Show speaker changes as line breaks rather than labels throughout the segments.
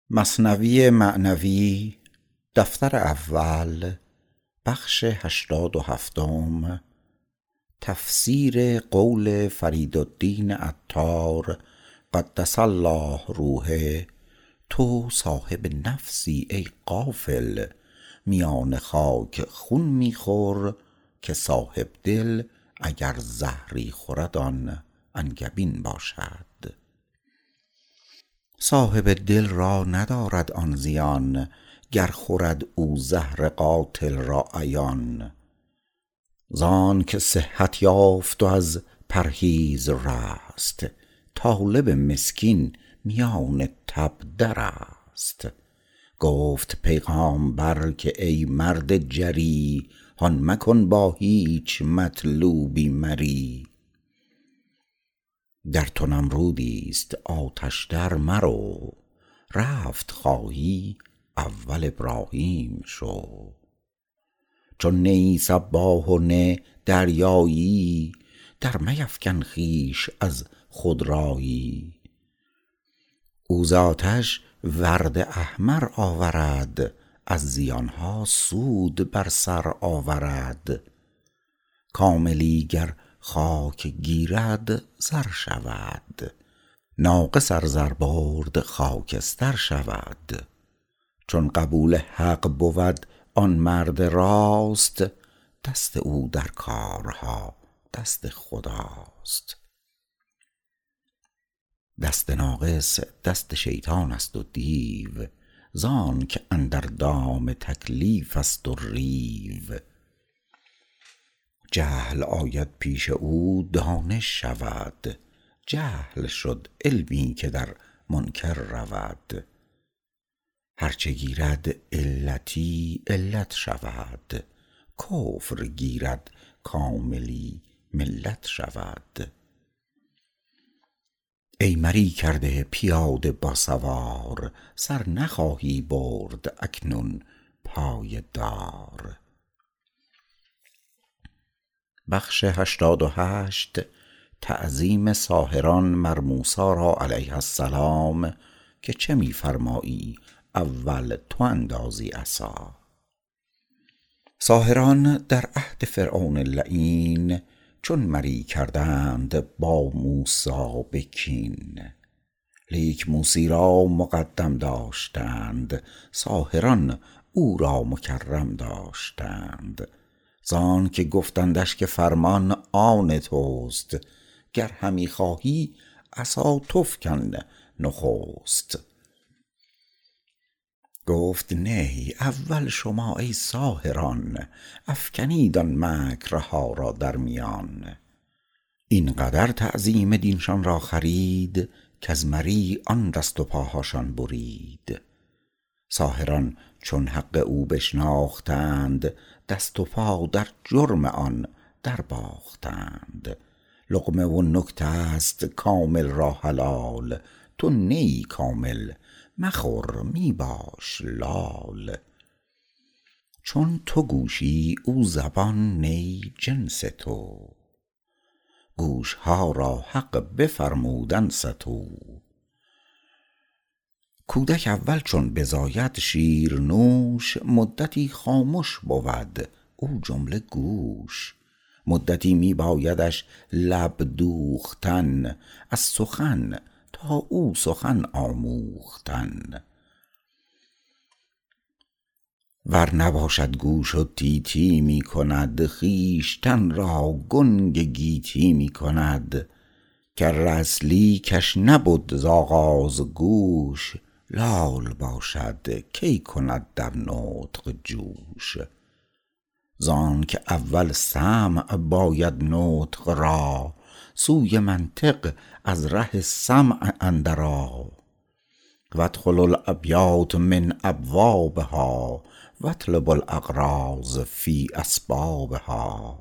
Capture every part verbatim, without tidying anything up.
مثنوی معنوی دفتر اول بخش هشتاد و هفتم تفسیر قول فریدالدین عطار قدس الله روحه: تو صاحب نفسی ای غافل، میان خاک خون میخور که صاحب دل اگر زهری خورد آن انگبین باشد. صاحب دل را ندارد آن زیان، گر خورد او زهر قاتل را عیان. زانک صحت یافت و از پرهیز رست، طالب مسکین میان تب در است. گفت پیغامبر که ای مرد جری، هان مکن با هیچ مطلوبی مری. در تو نمرودیست آتش در مرو، رفت خواهی اول ابراهیم شو. چون نه ای سباح و نه دریایی، در میفکن خویش از خودرایی. او ز آتش ورد احمر آورد، از زیانها سود بر سر آورد. کاملی گر خاک گیرد زر شود، ناقص ار زر برد خاکستر شود. چون قبول حق بود آن مرد راست، دست او در کارها دست خداست. دست ناقص دست شیطان است و دیو، زانک اندر دام تکلیف است و ریو. جهل آید پیش او دانش شود، جهل شد علمی که در منکر رود. هرچه گیرد علتی علت شود، کفر گیرد کاملی ملت شود. ای مری کرده پیاده با سوار، سر نخواهی برد اکنون پای دار. بخش هشتاد و هشت تعظیم ساحران مر موسی را علیه السلام، که چه می فرمایی اول تو اندازی عصا. ساحران در عهد فرعون لعین، چون مری کردند با موسی به کین. لیک موسی را مقدم داشتند، ساحران او را مکرم داشتند. زانکه گفتندش که فرمان آن توست، گر همی خواهی عصا تفکن نخست. گفت نی اول شما ای ساحران، افکنید آن مکرها را در میان. این قدر تعظیم دینشان را خرید، کز مری آن دست و پاهاشان برید. ساحران چون حق او بشناختند، دست و پا در جرم آن در باختند. لقمه و نکته است کامل را حلال، تو نیی کامل مخور می باش لال. چون تو گوشی او زبان نی جنس تو، گوشها را حق بفرمود انصتوا. کودک اول چون بزاید شیرنوش، مدتی خامش بود او جمله گوش. مدتی می بایدش لب دوختن، از سخن تا او سخن آموختن. ور نباشد گوش و تی تی می کند، خویشتن را گنگ گیتی می کند. گر اصلی کش نبد ز آغاز گوش، لال باشد کی کند در نطق جوش. زانک اول سمع باید نطق را، سوی منطق از ره سمع اندر آ. وادخلوا الابیات من ابوابها، واطلبوا الاغراض فی اسبابها.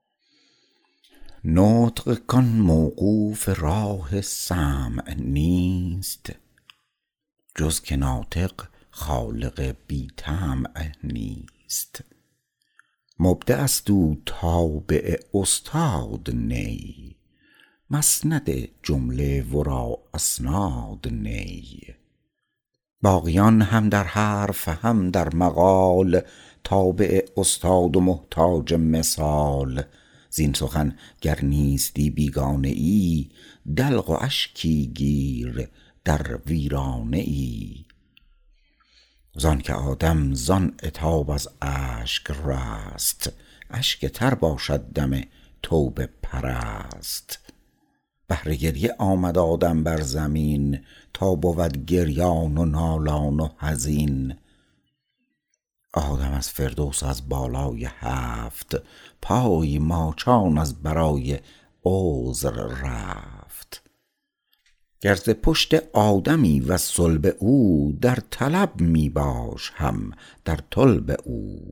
نطق کان موقوف راه سمع نیست، جز که ناطق خالق بی طمع نیست. مبدع است او تابع استاد نی، مسند جمله ورا اسناد نی. باقیان هم در حرف هم در مقال، تابع استاد و محتاج مثال. زین سخن گر نیستی بیگانه ای، دلق و اشکی گیر در ویرانه ای. زان که آدم زان عتاب از اشک رست، اشک تر باشد دم توبه پرست. بهر گریه آمد آدم بر زمین، تا بود گریان و نالان و حزین. آدم از فردوس از بالای هفت، پای ماچان از برای عذر رفت. گر ز پشت آدمی و صلب او، در طلب می باش هم در طلب او.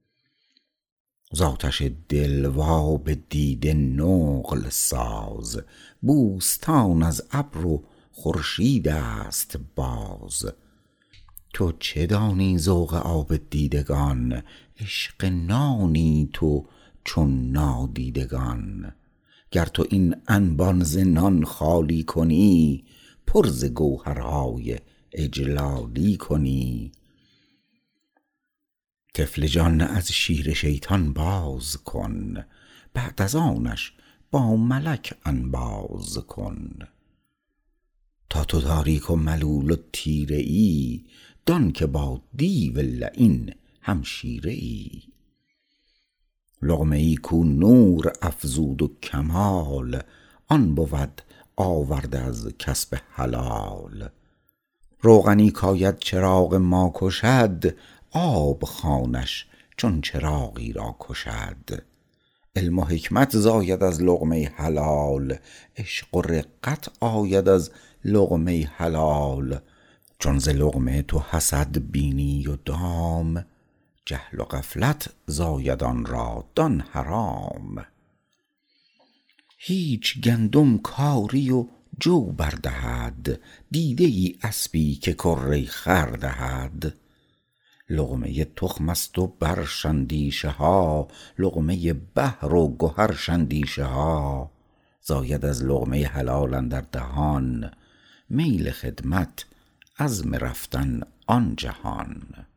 ز آتش دل و آب دیده نقل ساز، بوستان از ابر و خورشید است باز. تو چه دانی ذوق آب دیدگان، عشق نانی تو چون نادیدگان. گر تو این انبان ز نان خالی کنی، پر ز گوهرهای اجلالی کنی. طفل جان از شیر شیطان باز کن، بعد از آنش با ملک انباز کن. تا تو تاریک و ملول و تیره ای، دان که با دیو لعین همشیره ای. لقمه ای کو نور افزود و کمال، آن بود آورده از کسب حلال. روغنی کاید چراغ ما کشد، آب خوانش چون چراغی را کشد. علم و حکمت زاید از لقمه حلال، عشق و رقت آید از لقمه حلال. چون ز لقمه تو حسد بینی و دام، جهل و غفلت زاید آن را دان حرام. هیچ گندم کاری و جو بردهد، دیده ای اسبی که کره خر دهد. لقمه تخم است و برش اندیشه ها، لقمه بحر و گهرش اندیشه ها. زاید از لقمه حلال اندر دهان، میل خدمت عزم رفتن آن جهان.